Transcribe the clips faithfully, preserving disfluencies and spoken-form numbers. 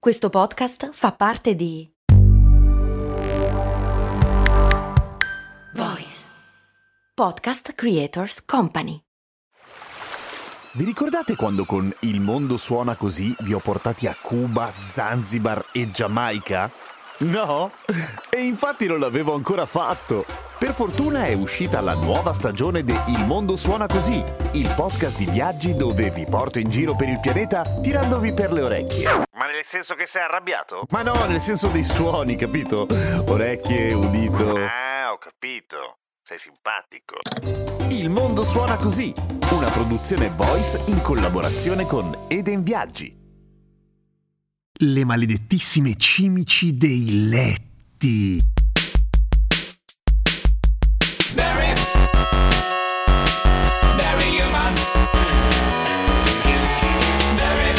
Questo podcast fa parte di Voice Podcast Creators Company. Vi ricordate quando con Il mondo suona così vi ho portati a Cuba, Zanzibar e Giamaica? No? E infatti non l'avevo ancora fatto. Per fortuna è uscita la nuova stagione di Il mondo suona così, il podcast di viaggi dove vi porto in giro per il pianeta tirandovi per le orecchie. Ma nel senso che sei arrabbiato? Ma no, nel senso dei suoni, capito? Orecchie, udito. Ah, ho capito. Sei simpatico. Il mondo suona così, una produzione Voice in collaborazione con Eden Viaggi. Le maledettissime cimici dei letti. Very, very human. Very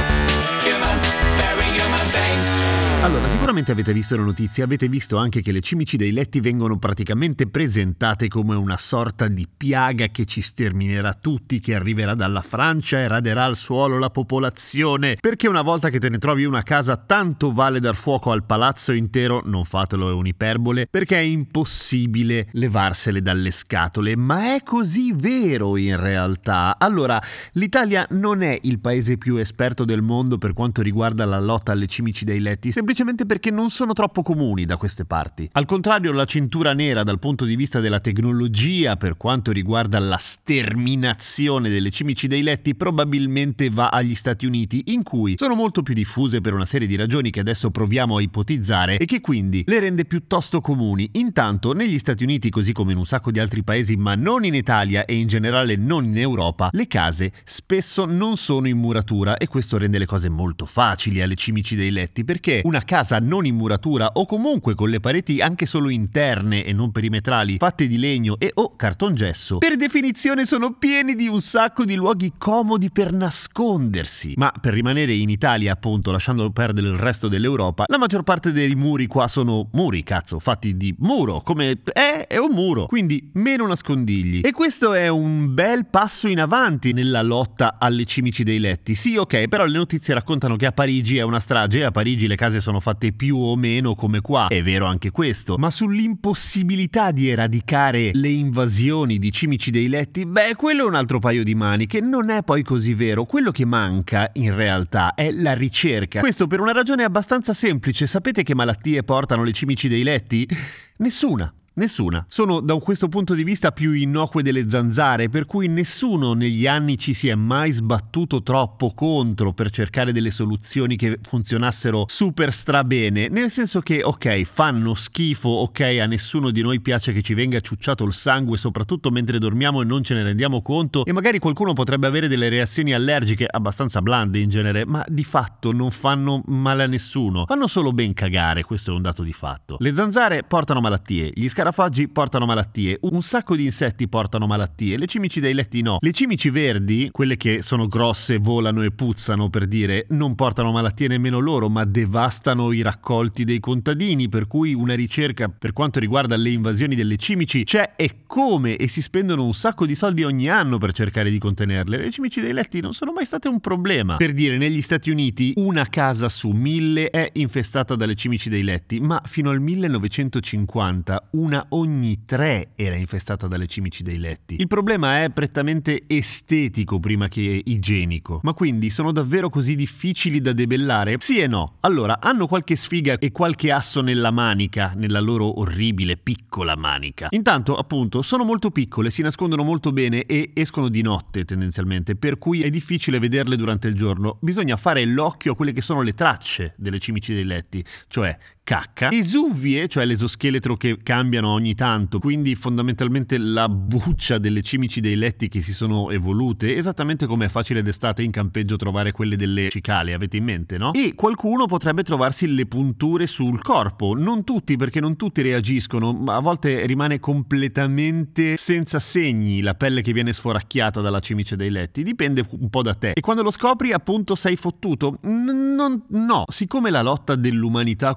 human, very human things. Allora, sicuramente avete visto le notizie, avete visto anche che le cimici dei letti vengono praticamente presentate come una sorta di piaga che ci sterminerà tutti, che arriverà dalla Francia e raderà al suolo la popolazione, perché una volta che te ne trovi una casa tanto vale dar fuoco al palazzo intero, non fatelo, è un'iperbole, perché è impossibile levarsele dalle scatole, ma è così vero in realtà. Allora, l'Italia non è il paese più esperto del mondo per quanto riguarda la lotta alle cimici dei letti, semplicemente perché non sono troppo comuni da queste parti. Al contrario, la cintura nera dal punto di vista della tecnologia per quanto riguarda la sterminazione delle cimici dei letti probabilmente va agli Stati Uniti, in cui sono molto più diffuse per una serie di ragioni che adesso proviamo a ipotizzare e che quindi le rende piuttosto comuni. Intanto negli Stati Uniti, così come in un sacco di altri paesi, ma non in Italia e in generale non in Europa, le case spesso non sono in muratura e questo rende le cose molto facili alle cimici dei letti, perché una casa non in muratura o comunque con le pareti anche solo interne e non perimetrali fatte di legno e o cartongesso per definizione sono pieni di un sacco di luoghi comodi per nascondersi. Ma per rimanere in Italia, appunto, lasciando perdere il resto dell'Europa, la maggior parte dei muri qua sono muri, cazzo, fatti di muro, come è, è un muro, quindi meno nascondigli. E questo è un bel passo in avanti nella lotta alle cimici dei letti. Sì, ok, però le notizie raccontano che a Parigi è una strage e a Parigi le case sono fatte più o meno come qua, è vero anche questo, ma sull'impossibilità di eradicare le invasioni di cimici dei letti, beh, quello è un altro paio di maniche, non è poi così vero. Quello che manca in realtà è la ricerca. Questo per una ragione abbastanza semplice. Sapete che malattie portano le cimici dei letti? Nessuna. Nessuna. Sono da questo punto di vista più innocue delle zanzare, per cui nessuno negli anni ci si è mai sbattuto troppo contro per cercare delle soluzioni che funzionassero super strabene, nel senso che ok, fanno schifo, ok, a nessuno di noi piace che ci venga ciucciato il sangue, soprattutto mentre dormiamo e non ce ne rendiamo conto, e magari qualcuno potrebbe avere delle reazioni allergiche abbastanza blande in genere, ma di fatto non fanno male a nessuno, fanno solo ben cagare, questo è un dato di fatto. Le zanzare portano malattie, gli scarafaggi portano malattie, un sacco di insetti portano malattie, le cimici dei letti no. Le cimici verdi, quelle che sono grosse, volano e puzzano, per dire, non portano malattie nemmeno loro, ma devastano i raccolti dei contadini, per cui una ricerca per quanto riguarda le invasioni delle cimici c'è e come, e si spendono un sacco di soldi ogni anno per cercare di contenerle. Le cimici dei letti non sono mai state un problema. Per dire, negli Stati Uniti una casa su mille è infestata dalle cimici dei letti, ma fino al millenovecentocinquanta una ogni tre era infestata dalle cimici dei letti. Il problema è prettamente estetico prima che igienico. Ma quindi sono davvero così difficili da debellare? Sì e no. Allora, hanno qualche sfiga e qualche asso nella manica, nella loro orribile piccola manica. Intanto, appunto, sono molto piccole, si nascondono molto bene e escono di notte tendenzialmente, per cui è difficile vederle durante il giorno. Bisogna fare l'occhio a quelle che sono le tracce delle cimici dei letti, cioè cacca, esuvie, cioè l'esoscheletro che cambiano ogni tanto, quindi fondamentalmente la buccia delle cimici dei letti che si sono evolute, esattamente come è facile d'estate in campeggio trovare quelle delle cicale, avete in mente, no? E qualcuno potrebbe trovarsi le punture sul corpo, non tutti, perché non tutti reagiscono, ma a volte rimane completamente senza segni la pelle che viene sforacchiata dalla cimice dei letti, dipende un po' da te. E quando lo scopri, appunto, sei fottuto? N- non, no, siccome la lotta dell'umanità contro le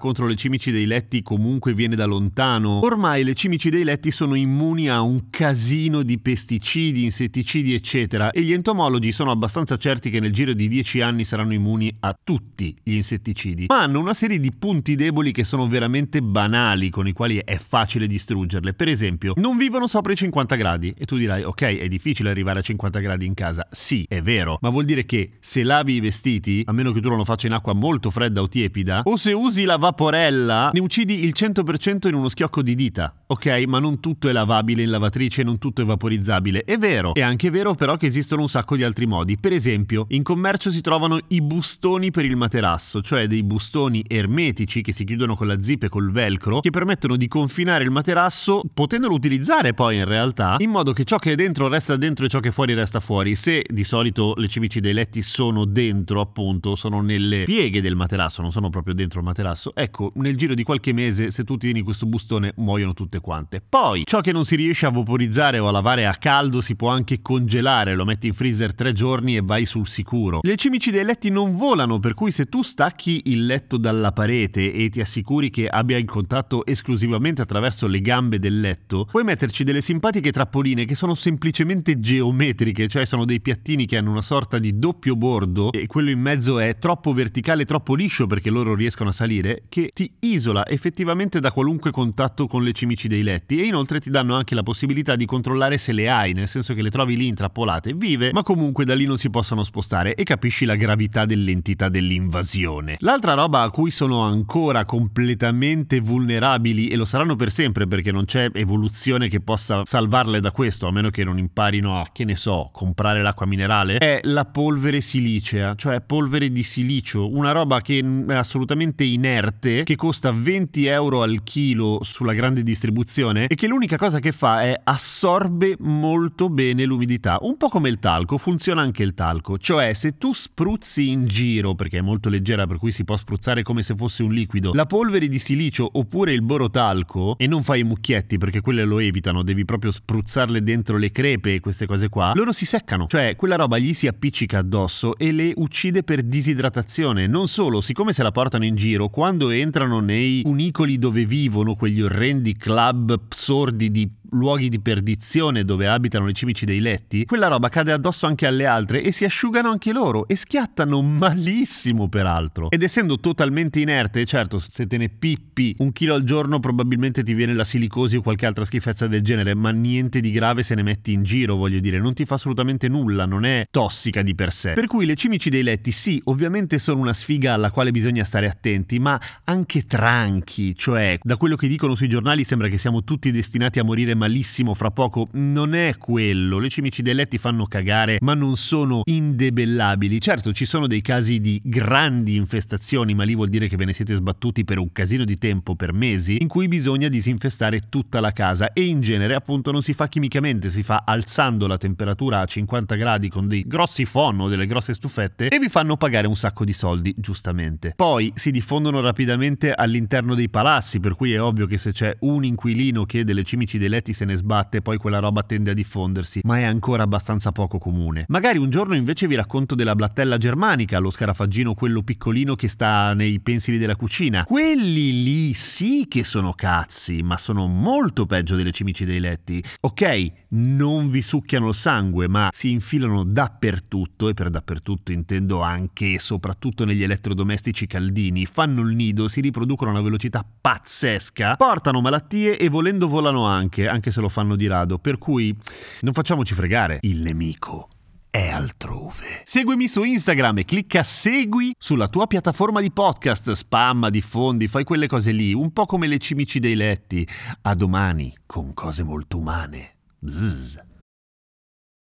cimici dei letti comunque viene da lontano. Ormai le cimici dei letti sono immuni a un casino di pesticidi, insetticidi eccetera, e gli entomologi sono abbastanza certi che nel giro di dieci anni saranno immuni a tutti gli insetticidi, ma hanno una serie di punti deboli che sono veramente banali, con i quali è facile distruggerle. Per esempio, non vivono sopra i cinquanta gradi, e tu dirai ok, è difficile arrivare a cinquanta gradi in casa. Sì, è vero, ma vuol dire che se lavi i vestiti, a meno che tu non lo faccia in acqua molto fredda o tiepida, o se usi la vaporella, ne uccidi il cento per cento in uno schiocco di dita. Ok, ma non tutto è lavabile in lavatrice, non tutto è vaporizzabile. È vero. È anche vero però che esistono un sacco di altri modi. Per esempio, in commercio si trovano i bustoni per il materasso, cioè dei bustoni ermetici che si chiudono con la zip e col velcro, che permettono di confinare il materasso, potendolo utilizzare poi in realtà, in modo che ciò che è dentro resta dentro e ciò che è fuori resta fuori. Se di solito le cimici dei letti sono dentro, appunto, sono nelle pieghe del materasso, non sono proprio dentro il materasso, ecco, nel giro di qualche mese, se tu tieni questo bustone, muoiono tutte quante. Poi, ciò che non si riesce a vaporizzare o a lavare a caldo si può anche congelare, lo metti in freezer tre giorni e vai sul sicuro. Le cimici dei letti non volano, per cui se tu stacchi il letto dalla parete e ti assicuri che abbia il contatto esclusivamente attraverso le gambe del letto, puoi metterci delle simpatiche trappoline che sono semplicemente geometriche, cioè sono dei piattini che hanno una sorta di doppio bordo e quello in mezzo è troppo verticale, troppo liscio perché loro riescono a salire, che ti isola effettivamente da qualunque contatto con le cimici dei letti, e inoltre ti danno anche la possibilità di controllare se le hai, nel senso che le trovi lì intrappolate, vive, ma comunque da lì non si possono spostare, e capisci la gravità dell'entità dell'invasione. L'altra roba a cui sono ancora completamente vulnerabili, e lo saranno per sempre perché non c'è evoluzione che possa salvarle da questo, a meno che non imparino a, che ne so, comprare l'acqua minerale, è la polvere silicea, cioè polvere di silicio, una roba che è assolutamente inerte, che costa venti euro al chilo sulla grande distribuzione e che l'unica cosa che fa è assorbe molto bene l'umidità, un po' come il talco. Funziona anche il talco, cioè se tu spruzzi in giro, perché è molto leggera per cui si può spruzzare come se fosse un liquido, la polvere di silicio oppure il borotalco, e non fai i mucchietti perché quelle lo evitano, devi proprio spruzzarle dentro le crepe e queste cose qua, loro si seccano, cioè quella roba gli si appiccica addosso e le uccide per disidratazione. Non solo, siccome se la portano in giro, quando entrano nei cunicoli dove vivono, quegli orrendi club sordi di luoghi di perdizione dove abitano le cimici dei letti, quella roba cade addosso anche alle altre e si asciugano anche loro e schiattano malissimo peraltro. Ed essendo totalmente inerte, certo, se te ne pippi un chilo al giorno probabilmente ti viene la silicosi o qualche altra schifezza del genere, ma niente di grave se ne metti in giro, voglio dire, non ti fa assolutamente nulla, non è tossica di per sé. Per cui le cimici dei letti sì, ovviamente sono una sfiga alla quale bisogna stare attenti, ma anche tranchi, cioè da quello che dicono sui giornali sembra che siamo tutti destinati a morire malissimo fra poco. Non è quello, le cimici dei letti fanno cagare ma non sono indebellabili. Certo, ci sono dei casi di grandi infestazioni, ma lì vuol dire che ve ne siete sbattuti per un casino di tempo, per mesi, in cui bisogna disinfestare tutta la casa, e in genere appunto non si fa chimicamente, si fa alzando la temperatura a cinquanta gradi con dei grossi phon o delle grosse stufette, e vi fanno pagare un sacco di soldi, giustamente. Poi si diffondono rapidamente all'interno dei palazzi, per cui è ovvio che se c'è un inquilino che delle cimici dei letti se ne sbatte, poi quella roba tende a diffondersi, ma è ancora abbastanza poco comune. Magari un giorno invece vi racconto della blattella germanica, lo scarafaggino quello piccolino che sta nei pensili della cucina. Quelli lì sì che sono cazzi, ma sono molto peggio delle cimici dei letti. Ok, non vi succhiano il sangue, ma si infilano dappertutto, e per dappertutto intendo anche e soprattutto negli elettrodomestici caldini, fanno il nido, si riproducono a una velocità pazzesca, portano malattie e volendo volano anche, anche se lo fanno di rado, per cui non facciamoci fregare, il nemico è altrove. Seguimi su Instagram e clicca segui sulla tua piattaforma di podcast, spamma, diffondi, fai quelle cose lì, un po' come le cimici dei letti. A domani con cose molto umane. Bzzz.